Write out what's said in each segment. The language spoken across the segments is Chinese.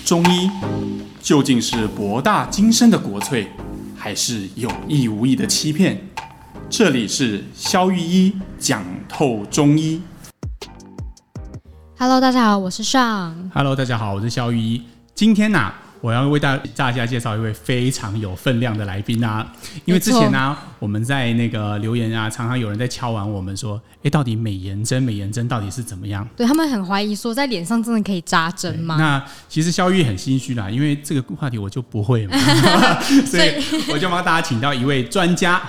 中医究竟是博大精深的国粹，还是有意无意的欺骗？这里是萧御医讲透中医。 Hello， 大家好，我是尚。 Hello， 大家好，我是萧御医。今天我要为大家介绍一位非常有分量的来宾因为之前我们在那个留言常常有人在敲完我们说，到底美颜针到底是怎么样？ 对，他们很怀疑说，在脸上真的可以扎针吗？ 那其实萧御医很心虚啦，因为这个话题我就不会嘛，所以我就帮大家请到一位专家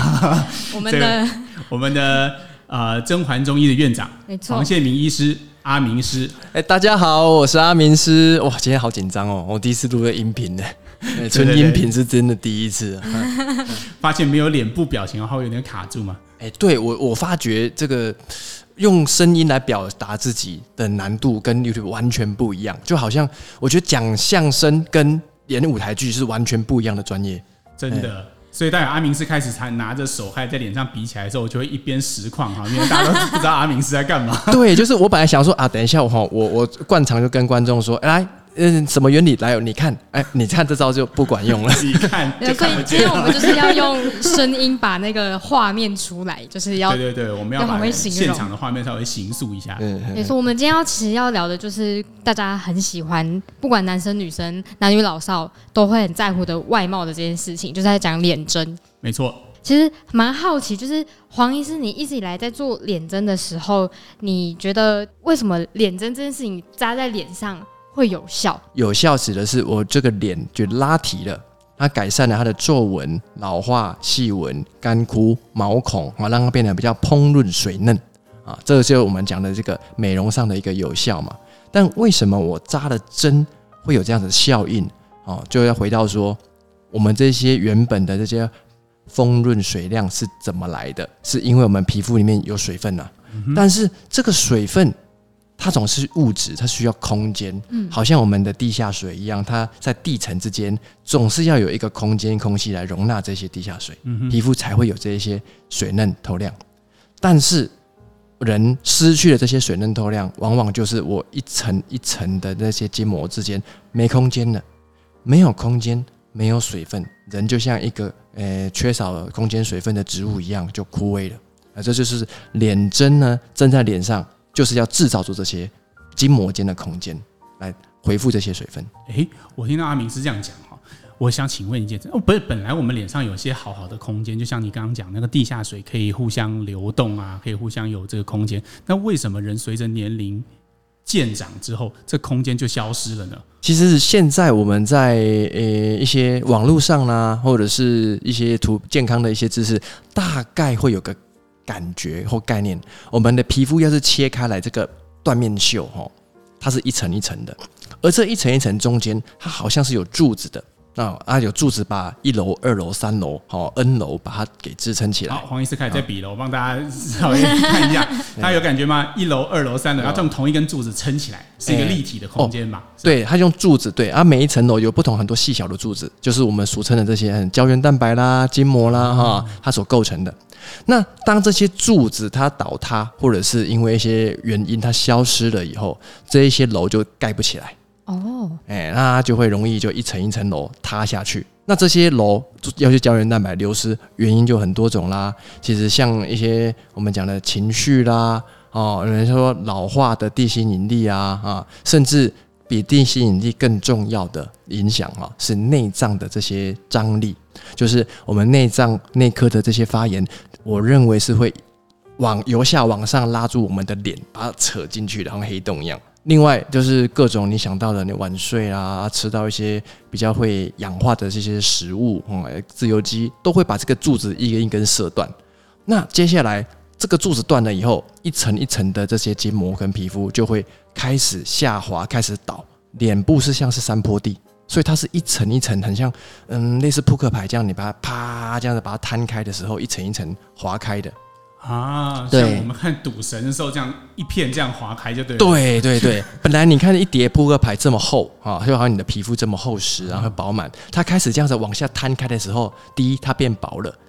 我们的甄嬛中医的院长黄宪明医师。阿明师， 大家好，我是阿明师。哇，今天好紧张哦，我第一次录个音频呢，纯音频是真的第一次。 发现没有脸部表情，然后有点卡住吗？ 对，我发觉这个用声音来表达自己的难度跟 YouTube 完全不一样，就好像我觉得讲相声跟演舞台剧是完全不一样的专业， 真的。所以待会阿明师开始才拿着手开始在脸上比起来的时候，我就会一边实况因为大家都不知道阿明师在干嘛。 对，就是我本来想说等一下我惯常就跟观众说，来，什么原理来？你看，你看这招就不管用了。 你看， 所以今天我们就是要用声音把那个画面出来，就是要对，我们要把现场的画面稍微形塑一下。 没错，我们今天其实要聊的就是大家很喜欢，不管男生女生、男女老少都会很在乎的外貌的这件事情，就是在讲脸针。 没错。 其实蛮好奇，就是黄医师，你一直以来在做脸针的时候，你觉得为什么脸针这件事情扎在脸上会有效？ 有效指的是我这个脸就拉提了，它改善了它的皱纹、老化、细纹、干枯、毛孔，让它变得比较蓬润水嫩这个就是我们讲的这个美容上的一个有效嘛。但为什么我扎了针会有这样的效应就要回到说，我们这些原本的这些丰润水量是怎么来的？是因为我们皮肤里面有水分但是这个水分它总是物质，它需要空间，好像我们的地下水一样，它在地层之间总是要有一个空间空气来容纳这些地下水，皮肤才会有这些水嫩透亮。但是人失去了这些水嫩透亮，往往就是我一层一层的那些筋膜之间没空间了，没有空间，没有水分，人就像一个缺少了空间水分的植物一样，就枯萎了。这就是脸针呢，针在脸上就是要制造出这些筋膜间的空间，来恢复这些水分。 我听到阿明是这样讲我想请问一件事，本来我们脸上有些好好的空间，就像你刚刚讲那个地下水可以互相流动可以互相有这个空间，那为什么人随着年龄渐长之后，这空间就消失了呢？ 其实现在我们在一些网络上或者是一些健康的一些知识，大概会有个感觉或概念，我们的皮肤要是切开来这个断面绣它是一层一层的，而这一层一层中间它好像是有柱子的有柱子把1楼、2楼、3楼N 楼把它给支撑起来。 好，黄医师开始在比了，我帮大家稍微看一下，大家有感觉吗？1楼、2楼、3楼要用同一根柱子撑起来，是一个立体的空间嘛？ 对，它用柱子，对每一层楼有不同很多细小的柱子，就是我们俗称的这些胶原蛋白啦、筋膜啦它所构成的。那当这些柱子它倒塌，或者是因为一些原因它消失了以后，这一些楼就盖不起来。那它就会容易就一层一层楼塌下去。那这些楼要是胶原蛋白流失，原因就很多种啦。其实像一些我们讲的情绪啦，有人说老化的地心引力甚至比地心引力更重要的影响是内脏的这些张力，就是我们内脏内科的这些发炎，我认为是会由下往上拉住我们的脸，把它扯进去的，像黑洞一样。另外就是各种你想到的，你晚睡吃到一些比较会氧化的这些食物，自由基都会把这个柱子一根一根射断。那接下来这个柱子断了以后，一层一层的这些筋膜跟皮肤就会开始下滑，开始倒。脸部是像是山坡地，所以它是一层一层，很像类似扑克牌这样，你把它啪这样子把它摊开的时候，一层一层划开的。 像我们看赌神的时候，这样一片这样划开就对了。对，本来你看一叠扑克牌这么厚就好像你的皮肤这么厚实，然后饱满，它开始这样子往下摊开的时候，第一它变薄了，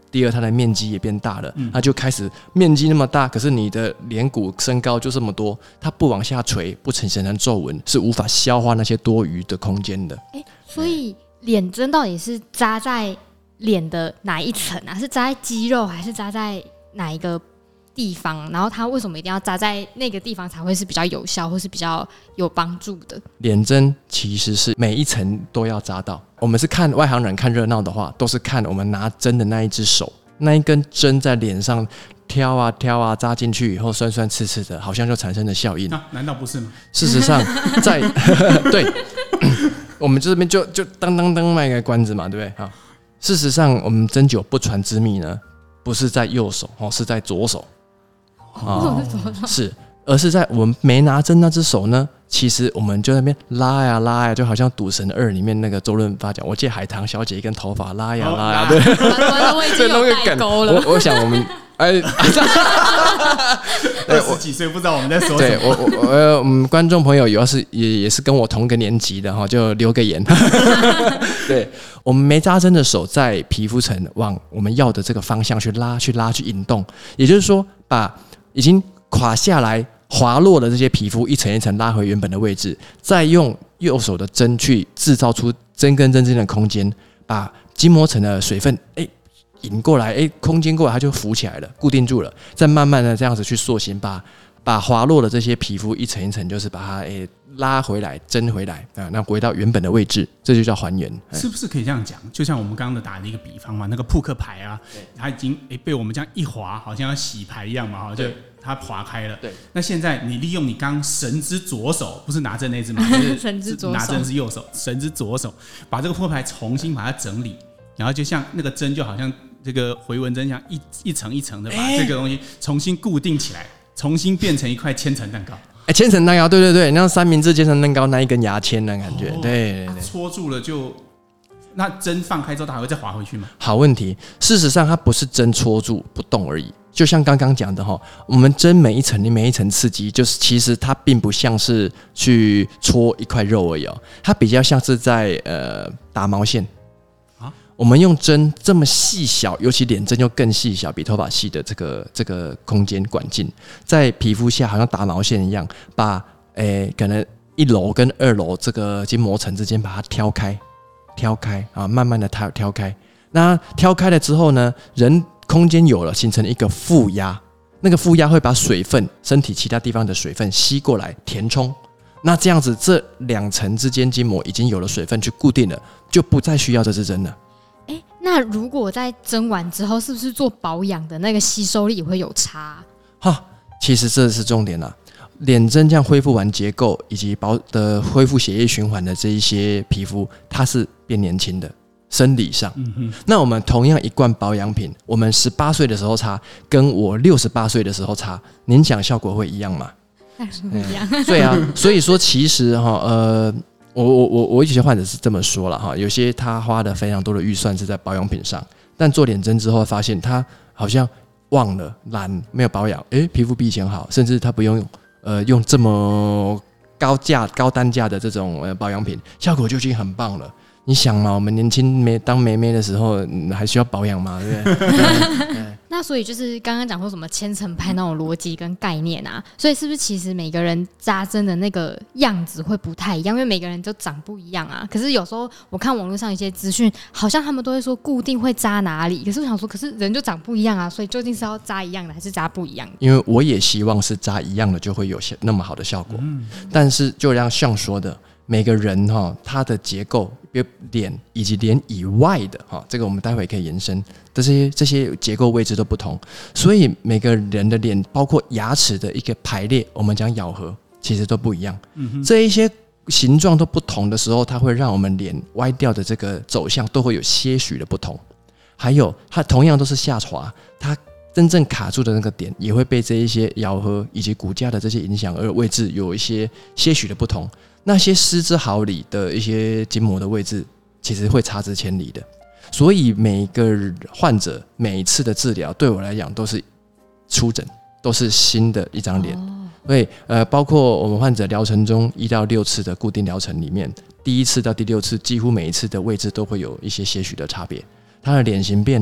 第二它的面积也变大了，它就开始面积那么大，可是你的脸骨身高就这么多，它不往下垂，不形成皱纹，是无法消化那些多余的空间的。 所以脸针到底是扎在脸的哪一层啊？是扎在肌肉还是扎在哪一个地方？然后它为什么一定要扎在那个地方才会是比较有效或是比较有帮助的？ 脸针其实是每一层都要扎到。我们是看外行人看热闹的话，都是看我们拿针的那一只手，那一根针在脸上挑啊挑啊，扎进去以后酸酸刺刺的，好像就产生了效应。 难道不是吗？ 事实上，在对，我们这边就当卖个关子嘛，对不对？事实上，我们针灸不传之秘呢，不是在右手是在左手。是，而是在我们没拿针那只手呢，其实我们就在那边拉呀拉呀，就好像《赌神2》里面那个周润发讲，我借海棠小姐一根头发拉呀拉呀，对， 我已经有代沟了。 我想我们 20几岁不知道我们在说什么。 对我们观众朋友要是也是跟我同个年级的哈，就留个言。对，我们没扎针的手在皮肤层往我们要的这个方向去拉去引动，也就是说把已经垮下来滑落的这些皮肤一层一层拉回原本的位置，再用右手的针去制造出针跟针之间的空间，把筋膜层的水分引过来，空间过来它就浮起来了，固定住了，再慢慢的这样子去塑形，把滑落的这些皮肤一层一层就是把它拉回来针回来那回到原本的位置，这就叫还原。 是不是可以这样讲？就像我们刚刚打的一个比方嘛，那个扑克牌啊，它已经被我们这样一划，好像要洗牌一样嘛，就它划开了。对，那现在你利用你刚神之左手，不是拿针那只嘛， 神之左手， 拿针是右手，神之左手，把这个扑克牌重新把它整理，然后就像那个针，就好像这个回纹针一样，一层一层的把这个东西重新固定起来，重新变成一块千层蛋糕。 千层蛋糕，对对对，那三明治千层蛋糕那一根牙签的感觉，对， 戳住了就，那针放开之后，它还会再滑回去吗？ 好问题，事实上它不是针戳住不动而已，就像刚刚讲的我们针每一层刺激，就是其实它并不像是去戳一块肉而已它比较像是在打毛线。我们用针这么细小，尤其脸针又更细小，比头发细的这个空间管径，在皮肤下好像打毛线一样，把可能1楼跟2楼这个筋膜层之间把它挑开啊，慢慢的挑开。那挑开了之后呢，人空间有了，形成一个负压，那个负压会把水分，身体其他地方的水分吸过来填充。那这样子，这2层之间筋膜已经有了水分去固定了，就不再需要这支针了。 那如果在针完之后，是不是做保养的那个吸收力会有差？ 其实这是重点啦。脸针这样恢复完结构以及恢复血液循环的这一些皮肤，它是变年轻的，生理上。那我们同样一罐保养品，我们18岁的时候擦，跟我68岁的时候擦，您讲效果会一样吗？ 当然不一样。 对啊，所以说其实我有些患者是这么说了有些他花的非常多的预算是在保养品上，但做脸针之后发现他好像忘了懒，没有保养，皮肤比以前好，甚至他不用用这么高单价的这种保养品，效果就已经很棒了。你想嘛，我们年轻当妹妹的时候还需要保养吗？对不对？ 那所以就是刚刚讲说什么千层派那种逻辑跟概念啊，所以是不是其实每个人扎针的那个样子会不太一样，因为每个人都长不一样啊。可是有时候我看网络上一些资讯，好像他们都会说固定会扎哪里，可是我想说，可是人就长不一样啊，所以究竟是要扎一样的还是扎不一样的？ 因为我也希望是扎一样的就会有那么好的效果，但是就像像说的，每个人他的结构，比如脸以及脸以外的这个我们待会可以延伸的这些结构位置都不同，所以每个人的脸，包括牙齿的一个排列，我们讲咬合，其实都不一样。这一些形状都不同的时候，它会让我们脸歪掉的这个走向都会有些许的不同。还有，它同样都是下滑，它真正卡住的那个点，也会被这一些咬合以及骨架的这些影响，而位置有一些许的不同。那些失之毫厘的一些筋膜的位置，其实会差之千里的。所以每个患者每一次的治疗，对我来讲都是出诊，都是新的一张脸。所以包括我们患者疗程中1到6次的固定疗程里面，第1次到第6次，几乎每一次的位置都会有一些些许的差别。他的脸型变了，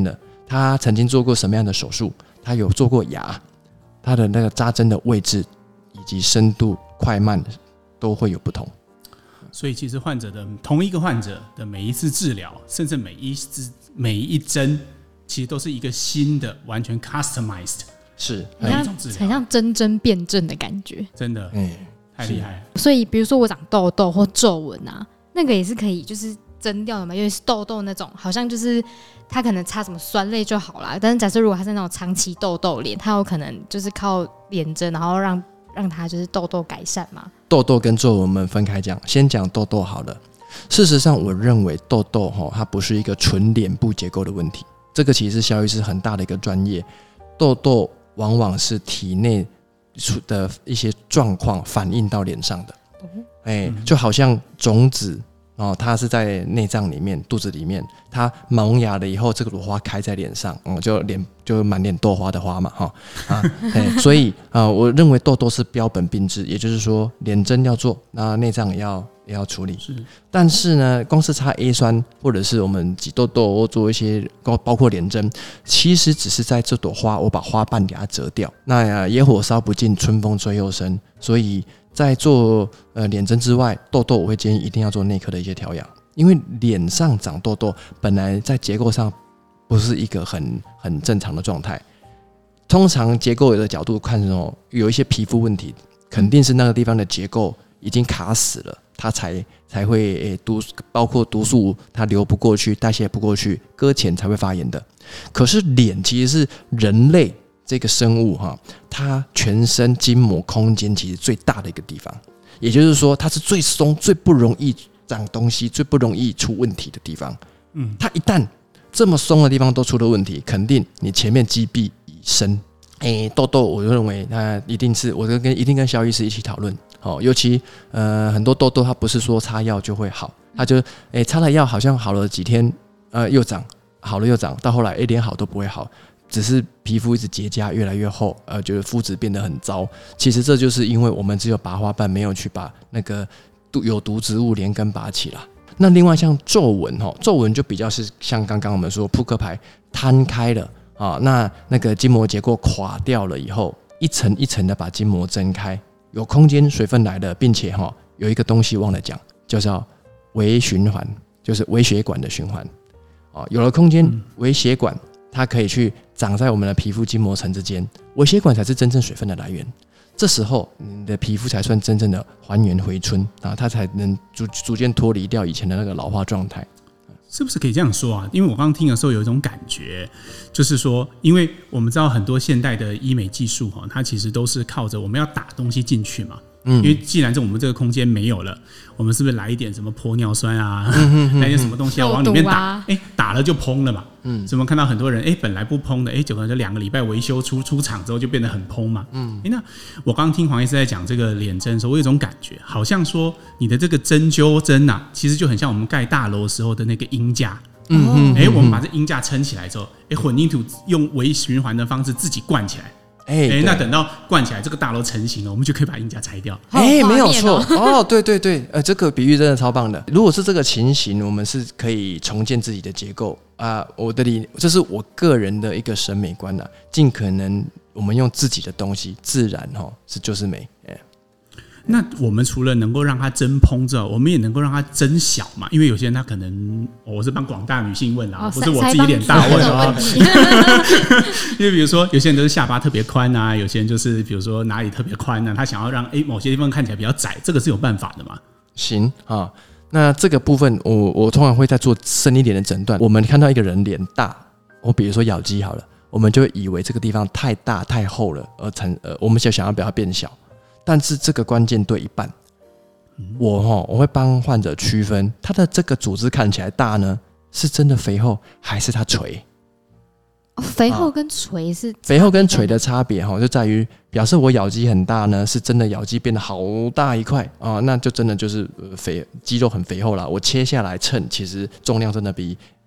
他曾经做过什么样的手术，他有做过牙，他的那个扎针的位置以及深度快慢都会有不同。 所以其实同一个患者的每一次治疗，甚至每一针，其实都是一个新的完全 customized 是很像针辩证的感觉， 真的太厉害了。 所以比如说我长痘痘或皱纹啊，那个也是可以就是针掉的嘛，因为是痘痘那种，好像就是它可能擦什么酸类就好啦。但是假设如果它是那种长期痘痘脸，它有可能就是靠脸针，然后让它就是痘痘改善嘛。 痘痘跟皱纹我们分开讲，先讲痘痘好了。事实上，我认为痘痘它不是一个纯脸部结构的问题，这个其实肖医师很大的一个专业。痘痘往往是体内的一些状况反映到脸上的，就好像种子它是在内脏里面、肚子里面，它萌芽了以后，这个花开在脸上，就满脸豆花的花嘛，所以我认为痘痘是标本并治，也就是说脸针要做，那内脏也要处理。但是呢，光是擦 A 酸或者是我们挤痘痘或做一些包括脸针，其实只是在这朵花，我把花瓣给它折掉。那野火烧不尽，春风吹又生，所以在做脸针之外，痘痘我会建议一定要做内科的一些调养，因为脸上长痘痘本来在结构上不是一个很正常的状态。通常结构的角度看有一些皮肤问题，肯定是那个地方的结构已经卡死了，它才会包括毒素它流不过去，代谢不过去，搁浅才会发炎的。可是脸其实是人类这个生物它全身筋膜空间其实最大的一个地方，也就是说它是最松、最不容易长东西、最不容易出问题的地方。它一旦这么松的地方都出了问题，肯定你前面积弊已深。痘痘我认为它一定是我一定跟肖医师一起讨论。尤其很多痘痘它不是说擦药就会好，它就擦了药好像好了几天又长，好了又长，到后来连好都不会好，只是皮肤一直结痂越来越厚，觉得肤质变得很糟。其实这就是因为我们只有拔花瓣，没有去把那个有毒植物连根拔起啦。那另外像皱纹皱纹就比较是像刚刚我们说扑克牌摊开了那个筋膜结构垮掉了以后，一层一层的把筋膜睁开，有空间水分来了，并且有一个东西忘了讲，就叫微循环，就是微血管的循环。有了空间，微血管它可以去长在我们的皮肤筋膜层之间，微血管才是真正水分的来源。这时候你的皮肤才算真正的还原回春它才能逐渐脱离掉以前的那个老化状态。 是不是可以这样说啊？因为我刚刚听的时候有一种感觉，就是说，因为我们知道很多现代的医美技术它其实都是靠着我们要打东西进去嘛。因为既然我们这个空间没有了，我们是不是来一点什么玻尿酸啊，来点什么东西往里面打？打了就蓬了嘛。所以我们看到很多人本来不蓬的，可能就2个礼拜维修出厂之后就变得很蓬嘛。那我刚刚听黄医师在讲这个脸针的时候，我有一种感觉，好像说你的这个针灸针其实就很像我们盖大楼时候的那个鹰架。我们把这鹰架撑起来之后，混凝土用微循环的方式自己灌起来。那等到灌起来，这个大楼成型了，我们就可以把鹰架拆掉。 没有错对对对，这个比喻真的超棒的。如果是这个情形，我们是可以重建自己的结构这是我个人的一个审美观尽可能我们用自己的东西，自然就是美。 那我们除了能够让它真蓬之外，我们也能够让它真小嘛？因为有些人他可能，我是帮广大女性问不是我自己脸大问因为比如说有些人都是下巴特别宽有些人就是比如说哪里特别宽他想要让某些地方看起来比较窄，这个是有办法的嘛？行那这个部分我通常会在做深一点的诊断。我们看到一个人脸大，我比如说咬肌好了，我们就以为这个地方太大太厚了，我们想要把它变小。但是这个关键对一半，我会帮患者区分他的这个组织看起来大呢，是真的肥厚还是它垂。 肥厚跟垂是肥厚跟垂的差别就在于表示我咬肌很大呢，是真的咬肌变得好大一块那就真的就是肌肉很肥厚啦。我切下来称，其实重量真的比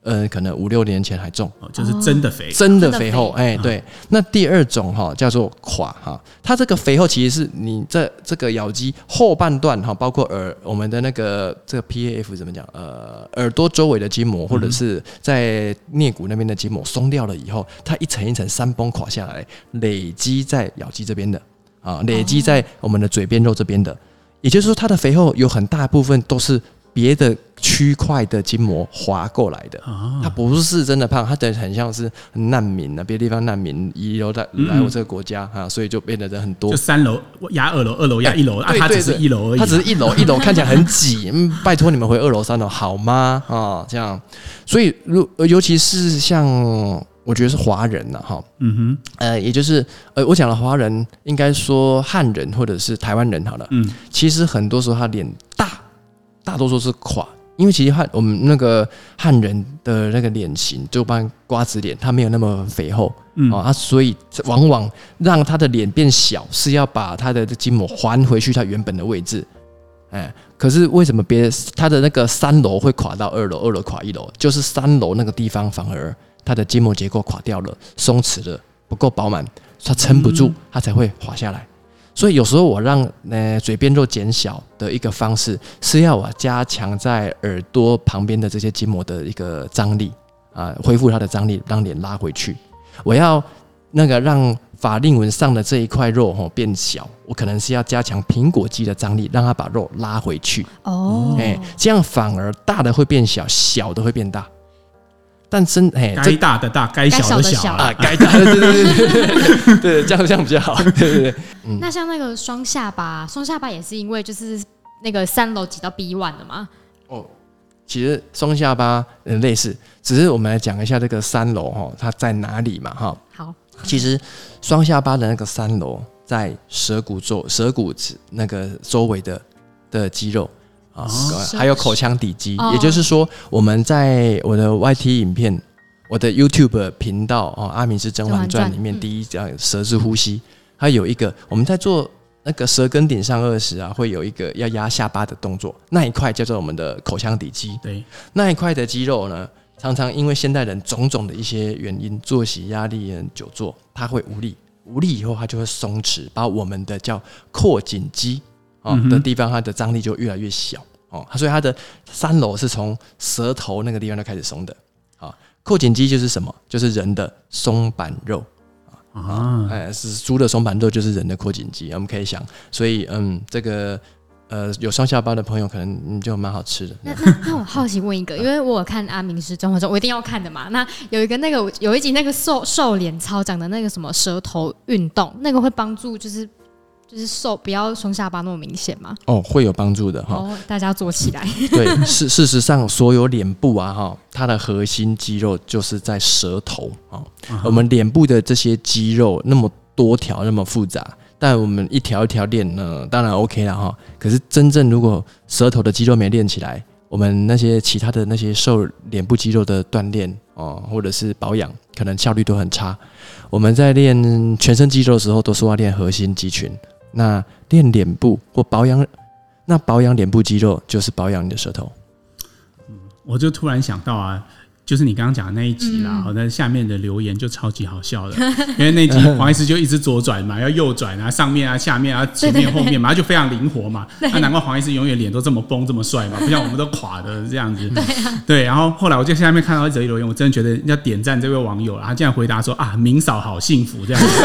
可能5-6年前还重， 就是真的肥， 真的肥厚，对。那第二种叫做垮它这个肥厚其实是你这个咬肌后半段包括我们的这个 PAF 怎么讲？耳朵周围的筋膜，或者是在颞骨那边的筋膜松掉了以后，它一层一层山崩垮下来，累积在咬肌这边的累积在我们的嘴边肉这边的，也就是说，它的肥厚有很大部分都是别的区块的筋膜滑过来的，它不是真的胖，它等于很像是难民别的地方难民遗留来我这个国家所以就变得人很多， 就3楼压2楼，2楼压1楼它只是1楼而已， 它只是1楼，1楼看起来很挤，拜托你们回2楼3楼好吗？这样，所以尤其是像我觉得是华人也就是我讲的华人，应该说汉人或者是台湾人好了，其实很多时候他脸大多数是垮，因为其实我们那个汉人的那个脸型，就般瓜子脸，他没有那么肥厚，所以往往让他的脸变小，是要把他的筋膜还回去他原本的位置。可是为什么他的那个3楼会垮到2楼，2楼垮1楼，就是3楼那个地方反而它的筋膜结构垮掉了，松弛了，不够饱满，它撑不住，它才会滑下来。所以有时候我让嘴边肉减小的一个方式，是要我加强在耳朵旁边的这些筋膜的一个张力恢复它的张力，让脸拉回去。我要让法令纹上的这一块肉变小，我可能是要加强苹果肌的张力，让它把肉拉回去。这样反而大的会变小，小的会变大。但该大的大，该小的小该大的对，这样比较好，对。 那像那个双下巴也是因为就是那个3楼挤到 B1 的吗？ 其实双下巴类似，只是我们来讲一下这个3楼它在哪里嘛好， 其实双下巴的那个3楼在舌骨那个周围的肌肉。还有口腔底肌，也就是说，我们在我的 YT 影片、我的 YouTube 频道阿明师甄嬛传里面第一讲舌质呼吸，它有一个我们在做那个舌根顶上20会有一个要压下巴的动作，那一块叫做我们的口腔底肌。 对， 那一块的肌肉呢，常常因为现代人种种的一些原因，作息压力、久坐，它会无力以后它就会松弛，把我们的叫阔颈肌的地方，它的张力就越来越小所以它的3楼是从舌头那个地方就开始松的阔颈肌就是什么？就是人的松板肉是猪的松板肉，就是人的阔颈肌。我们可以想，所以这个有双下巴的朋友可能就蛮好吃的。 那我好奇问一个，因为我有看阿明师甄嬛传，我一定要看的嘛。那有一集那个瘦脸操讲的那个什么舌头运动，那个会帮助就是不要双下巴那么明显吗？ 会有帮助的大家做起来。 对，事实上，所有脸部它的核心肌肉就是在舌头我们脸部的这些肌肉那么多条，那么复杂，但我们一条一条练呢，当然 OK 啦可是真正如果舌头的肌肉没练起来，我们那些其他的那些受脸部肌肉的锻炼或者是保养，可能效率都很差。我们在练全身肌肉的时候，都说要练核心肌群。那练脸部或保养脸部肌肉，就是保养你的舌头。 我就突然想到就是你刚刚讲的那一集啦，那下面的留言就超级好笑的，因为那集黄医师就一直左转嘛，要右转上面下面前面后面嘛，他就非常灵活嘛。难怪黄医师永远脸都这么崩这么帅嘛，不像我们都垮的这样子。对，然后后来我就下面看到一则留言，我真的觉得要点赞这位网友，他竟然回答说明嫂好幸福这样子。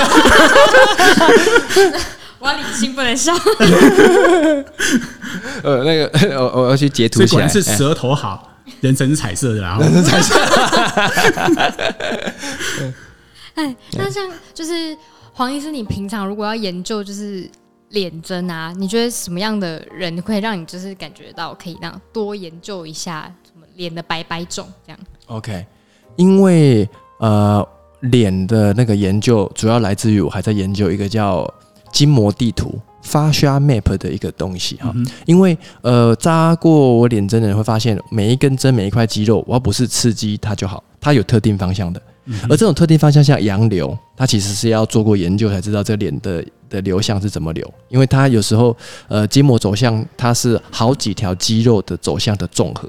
我要理性，不能笑。 我要去截图起来。 所以果然是舌头好，人生是彩色的啦。 人生彩色。 那像就是黄医师，你平常如果要研究就是脸针你觉得什么样的人会让你就是感觉到可以让多研究一下什么脸的白种这样 ？OK， 因为脸的那个研究主要来自于我还在研究一个叫筋膜地图 fascia map 的一个东西因为扎过我脸针的人会发现，每一根针每一块肌肉，我要不是刺激它就好，它有特定方向的。而这种特定方向像洋流，它其实是要做过研究才知道这脸的流向是怎么流，因为它有时候筋膜走向它是好几条肌肉的走向的综合。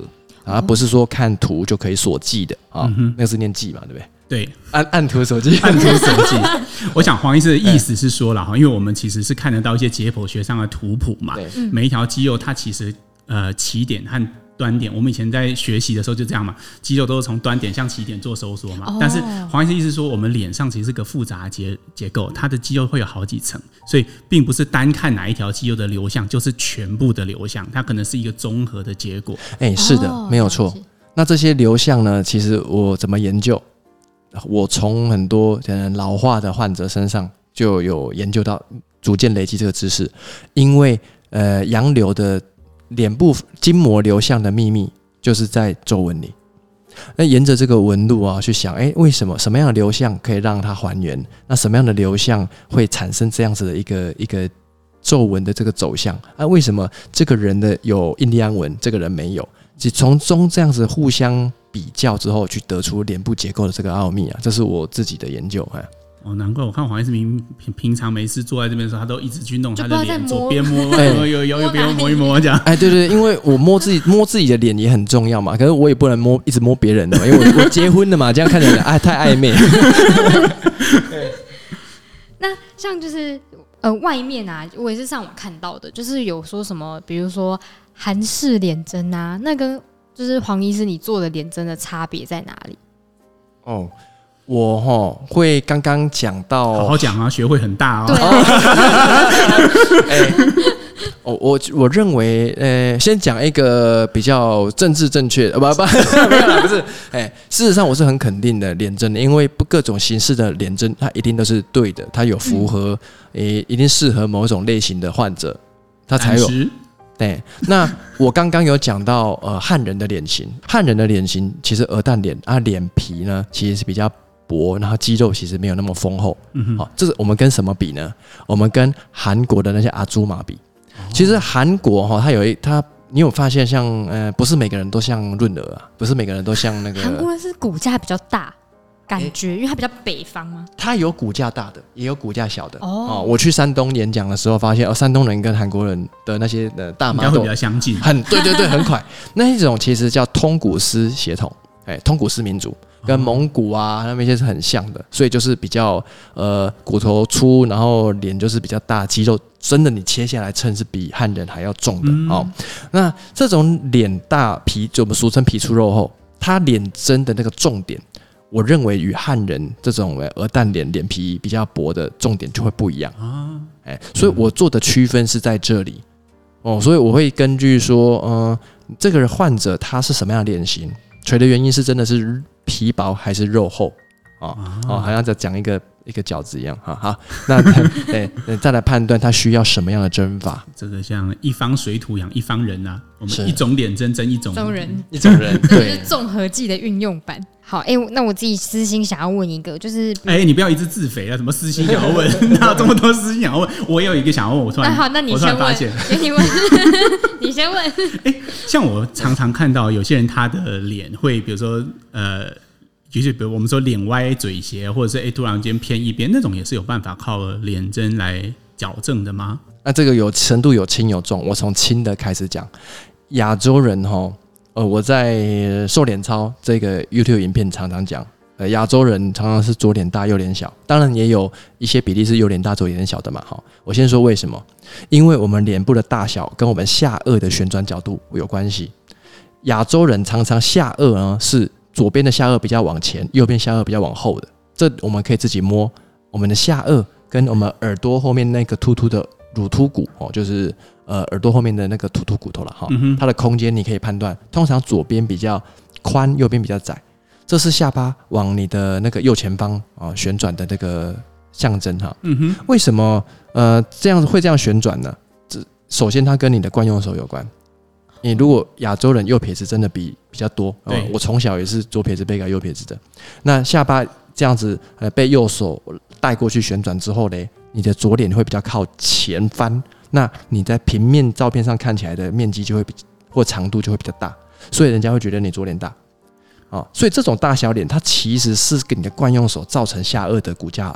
啊，不是说看图就可以所记的啊，那个是念记嘛，对不对？ 对， 按图索骥， 按图索骥。我想黄医师的意思是说了哈，因为我们其实是看得到一些解剖学上的图谱嘛，每一条肌肉它其实起点和端点，我们以前在学习的时候就这样嘛，肌肉都是从端点向起点做收缩嘛。但是黄医师意思是说，我们脸上其实是个复杂结构，它的肌肉会有好几层，所以并不是单看哪一条肌肉的流向就是全部的流向，它可能是一个综合的结果。 是的，没有错。那这些流向呢，其实我怎么研究？我从很多老化的患者身上就有研究到，逐渐累积这个知识。因为杨柳的脸部筋膜流向的秘密就是在皱纹里。那沿着这个纹路啊，去想，为什么什么样的流向可以让它还原？那什么样的流向会产生这样子的一个皱纹的这个走向？为什么这个人的有印第安纹，这个人没有？从中这样子互相比较之后，去得出脸部结构的这个奥秘啊，这是我自己的研究。 难怪我看黄医师平常没事坐在这边的时候，他都一直去弄他的脸，左边摸，右边摸一摸这样。 对，因为我摸自己的脸也很重要嘛，可是我也不能一直摸别人的嘛，因为我结婚了嘛，这样看起来太暧昧。 那像就是外面啊，我也是上网看到的，就是有说什么，比如说韩式脸针啊，那跟就是黄医师你做的脸针的差别在哪里？ 我会刚刚讲到， 好好讲啊，学会很大哦。 我认为，先讲一个比较政治正确的，没有啦，不是。事实上我是很肯定的脸针，因为各种形式的脸针，它一定都是对的，它有符合，一定适合某种类型的患者，它才有。对，那我刚刚有讲到，汉人的脸型，其实鹅蛋脸啊，脸皮呢其实是比较薄，然后肌肉其实没有那么丰厚。这是我们跟什么比呢？我们跟韩国的那些阿朱玛比。其实韩国你有发现不是每个人都像润儿啊，不是每个人都像那个。 韩国人是骨架比较大，感觉因为它比较北方吗？ 它有骨架大的，也有骨架小的。我去山东演讲的时候发现，山东人跟韩国人的那些大妈都比较相近， 对，很快。那一种其实叫通古斯血统，通古斯民族。跟蒙古啊，那边些是很像的，所以就是比较骨头粗，然后脸就是比较大，肌肉真的你切下来称是比汉人还要重的。那这种脸大皮，就我们俗称皮粗肉厚，它脸针的那个重点，我认为与汉人这种鹅蛋脸皮比较薄的重点就会不一样所以我做的区分是在这里所以我会根据说这个患者他是什么样的脸型，垂的原因是真的是皮薄还是肉厚好像在讲一个饺子一样好，那再来判断他需要什么样的针法。 这个像一方水土养一方人啊，我们一种脸针一种人， 对， 综合技的运用版。好，那我自己私心想要问一个，就是你不要一直自肥啊！什么私心想要问？哪有这么多私心想要问？我也有一个想要问，我突然好，那你先问，你问，你先问。 像我常常看到有些人他的脸会，比如说就是比如我们说脸歪嘴斜，或者是突然间偏一边，那种也是有办法靠脸针来矫正的吗？ 那这个有程度有轻有重，我从轻的开始讲。亚洲人我在瘦脸操这个 YouTube 影片常常讲，亚洲人常常是左脸大右脸小，当然也有一些比例是右脸大左脸小的嘛。我先说为什么，因为我们脸部的大小跟我们下颚的旋转角度有关系。亚洲人常常下颚呢是左边的下颚比较往前，右边下颚比较往后的，这我们可以自己摸我们的下颚跟我们耳朵后面那个突突的乳突骨就是耳朵后面的那个突突骨头了它的空间你可以判断，通常左边比较宽，右边比较窄，这是下巴往你的那个右前方旋转的那个象征为什么这样会这样旋转呢？首先它跟你的惯用手有关。你如果亚洲人右撇子真的比较多我从小也是左撇子被改右撇子的，那下巴这样子被右手带过去旋转之后呢，你的左脸会比较靠前翻，那你在平面照片上看起来的面积就会或长度就会比较大，所以人家会觉得你左脸大所以这种大小脸它其实是给你的惯用手造成下颚的骨架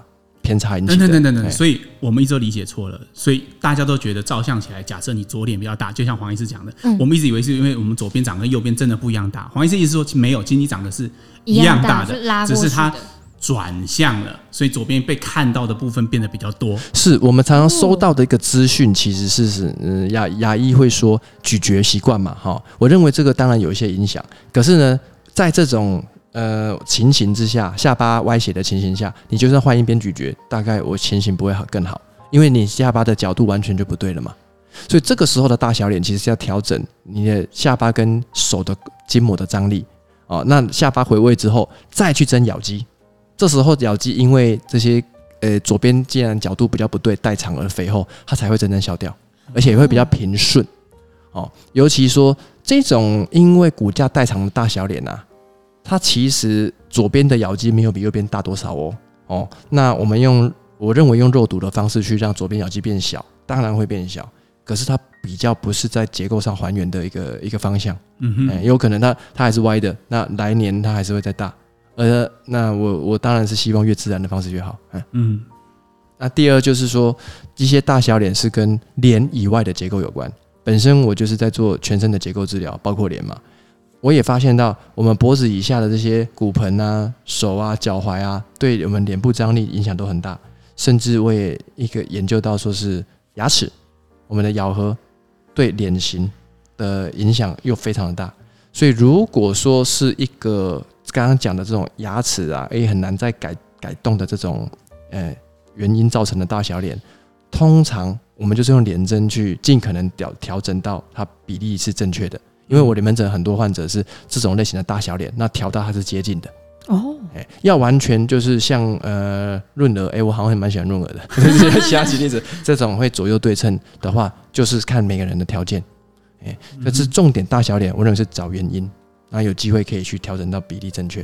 偏差引起的。 等，所以我们一直都理解错了，所以大家都觉得照相起来，假设你左脸比较大，就像黄医师讲的，我们一直以为是因为我们左边长跟右边真的不一样大。黄医师意思说没有，其实你长的是一样大的，只是它转向了，所以左边被看到的部分变得比较多。 是我们常常收到的一个资讯，其实是牙医会说咀嚼习惯嘛，我认为这个当然有一些影响，可是呢，在这种情形之下，下巴歪斜的情形下，你就算换一边咀嚼，大概我情形不会更好，因为你下巴的角度完全就不对了嘛。所以这个时候的大小脸其实是要调整你的下巴跟手的筋膜的张力那下巴回位之后，再去增咬肌。这时候咬肌因为这些左边既然角度比较不对，代偿而肥厚，它才会真正消掉，而且也会比较平顺尤其说这种因为骨架代偿的大小脸它其实左边的咬肌没有比右边大多少那我认为用肉毒的方式去让左边咬肌变小，当然会变小，可是它比较不是在结构上还原的一个方向。有可能它还是歪的，那来年它还是会再大。那我当然是希望越自然的方式越好。那第二就是说，一些大小脸是跟脸以外的结构有关。本身我就是在做全身的结构治疗，包括脸嘛。我也发现到我们脖子以下的这些骨盆手脚踝对我们脸部张力影响都很大，甚至我也研究到说是牙齿，我们的咬合对脸型的影响又非常的大。所以如果说是一个刚刚讲的这种牙齿也很难再改动的这种原因造成的大小脸，通常我们就是用脸针去尽可能调整到它比例是正确的。因为我的门诊很多患者是这种类型的大小脸，那调到它是接近的要完全就是像润耳，我好像也蛮喜欢润耳的其他举例子这种会左右对称的话，就是看每个人的条件可是重点大小脸我认为是找原因，然后有机会可以去调整到比例正确。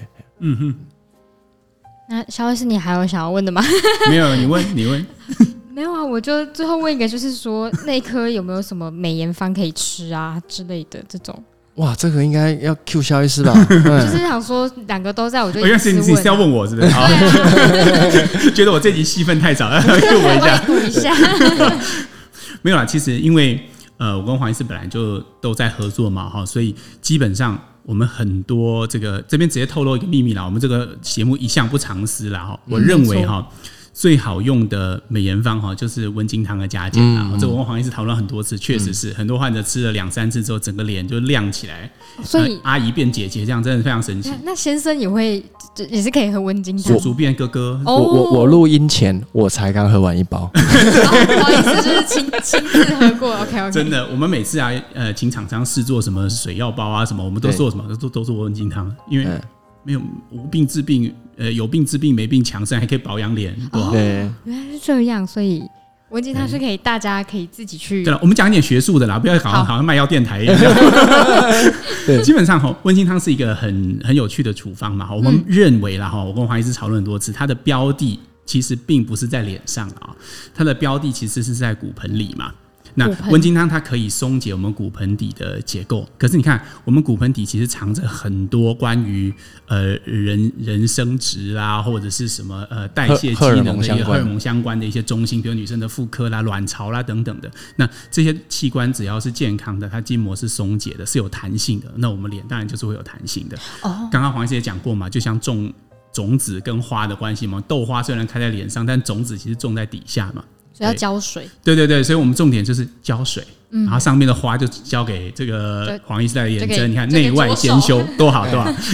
那肖医师你还有想要问的吗？ 没有，你问没有啊，我就最后问一个，就是说内科有没有什么美颜方可以吃之类的这种。 哇，这个应该要 Q 肖医师吧就是想说两个都在，我就一直问。 你是要问我是不是？好觉得我这集戏份太少了，Q 我一下没有啦，其实因为我跟黄医师本来就都在合作嘛所以基本上我们很多这边直接透露一个秘密啦，我们这个节目一向不藏私啦我认为最好用的美颜方就是温金汤的加减这个我跟黄医师讨论很多次，确实是很多患者吃了2-3次之后，整个脸就亮起来，所以阿姨变姐姐，这样真的非常神奇。 那先生也是可以喝温金汤， 叔叔变哥哥。 我录音前我才刚喝完1包不好意思，就是亲自喝过。OK， 真的，我们每次请厂商试做什么水药包什么，我们都做什么都做温金汤，因为没有无病治病，有病治病，没病强身，还可以保养脸，多好。 原来是这样，所以温金汤是大家可以自己去。 对了，我们讲一点学术的啦，不要好像卖药电台一样。基本上温金汤是一个很有趣的处方嘛。我们认为啦我跟黄医师讨论很多次，它的标的其实并不是在脸上它的标的其实是在骨盆里嘛。那温金汤它可以松解我们骨盆底的结构，可是你看我们骨盆底其实藏着很多关于人生殖或者是什么代谢机能的一些荷尔蒙相关的一些中心，比如女生的妇科卵巢等等的。那这些器官只要是健康的，它筋膜是松解的，是有弹性的，那我们脸当然就是会有弹性的。刚刚黄医师也讲过嘛，就像种子跟花的关系嘛，豆花虽然开在脸上，但种子其实种在底下嘛。 所以要浇水， 对，所以我们重点就是浇水，然后上面的花就交给这个黄医师的眼针，你看内外兼修，多好。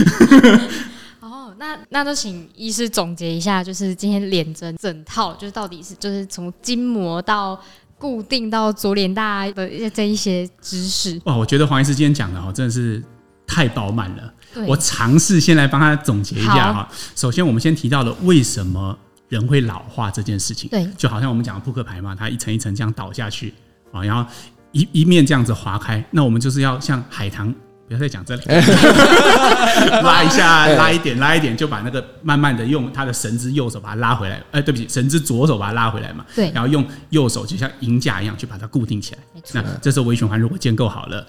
那就请医师总结一下，就是今天脸针整套，就是到底是就是从筋膜到固定到左脸大的这一些知识。 哇，我觉得黄医师今天讲的真的是太饱满了。我尝试先来帮他总结一下首先我们先提到了为什么人会老化这件事情，对，就好像我们讲的扑克牌嘛，它一层一层这样倒下去然后一面这样子划开，那我们就是要像海棠，不要再讲这里拉一下，拉一点，就把那个慢慢的用他的神之右手把它拉回来，对不起，神之左手把它拉回来嘛，对，然后用右手就像银架一样去把它固定起来。那这时候微循环如果建构好了，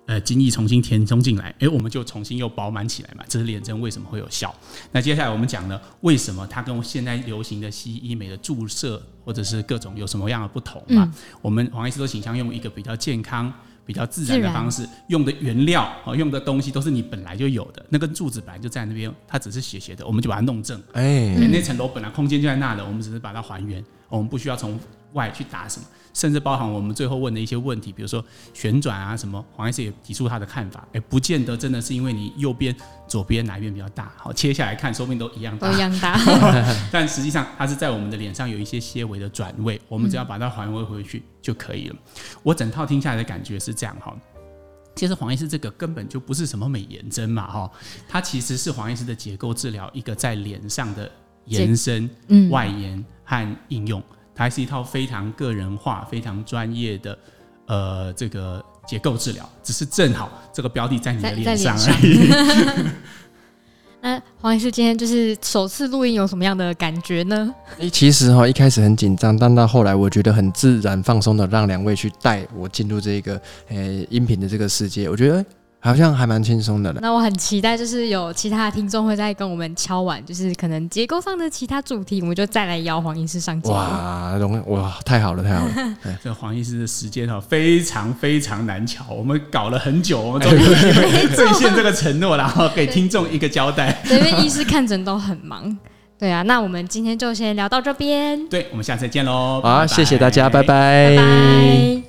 精液重新填充进来，我们就重新又饱满起来嘛，这是脸针为什么会有效。那接下来我们讲了为什么它跟现在流行的西医美的注射或者是各种有什么样的不同嘛？我们黄医师都倾向用一个比较健康比较自然的方式，用的原料用的东西都是你本来就有的，那根柱子本来就在那边，它只是斜斜的，我们就把它弄正。那层楼本来空间就在那的，我们只是把它还原，我们不需要从外去打什么，甚至包含我们最后问的一些问题，比如说旋转啊什么，黄医师也提出他的看法，不见得真的是因为你右边左边哪一边比较大，好切下来看说不定都一样大，但实际上它是在我们的脸上有一些些微的转位，我们只要把它还原回去就可以了。我整套听下来的感觉是这样哈。其实黄医师这个根本就不是什么美颜针嘛，它其实是黄医师的结构治疗一个在脸上的延伸、外延和应用。它是一套非常个人化、非常专业的这个结构治疗，只是正好这个标的在你的脸上而已。 那黄医师今天就是首次录音，有什么样的感觉呢？ 其实一开始很紧张，但到后来我觉得很自然放松的，让两位去带我进入这个音频的这个世界，我觉得好像还蛮轻松的了。 那我很期待，就是有其他的听众会再跟我们敲碗，就是可能结构上的其他主题，我们就再来邀黄医师上节目。 哇，太好了，太好了！ 这黄医师的时间非常非常难瞧，我们搞了很久，我们终于有机会兑现这个承诺，然后给听众一个交代。 对，因为医师看诊都很忙。对啊，那我们今天就先聊到这边。 对，我们下次再见喽。 好，谢谢大家，拜拜。 拜拜。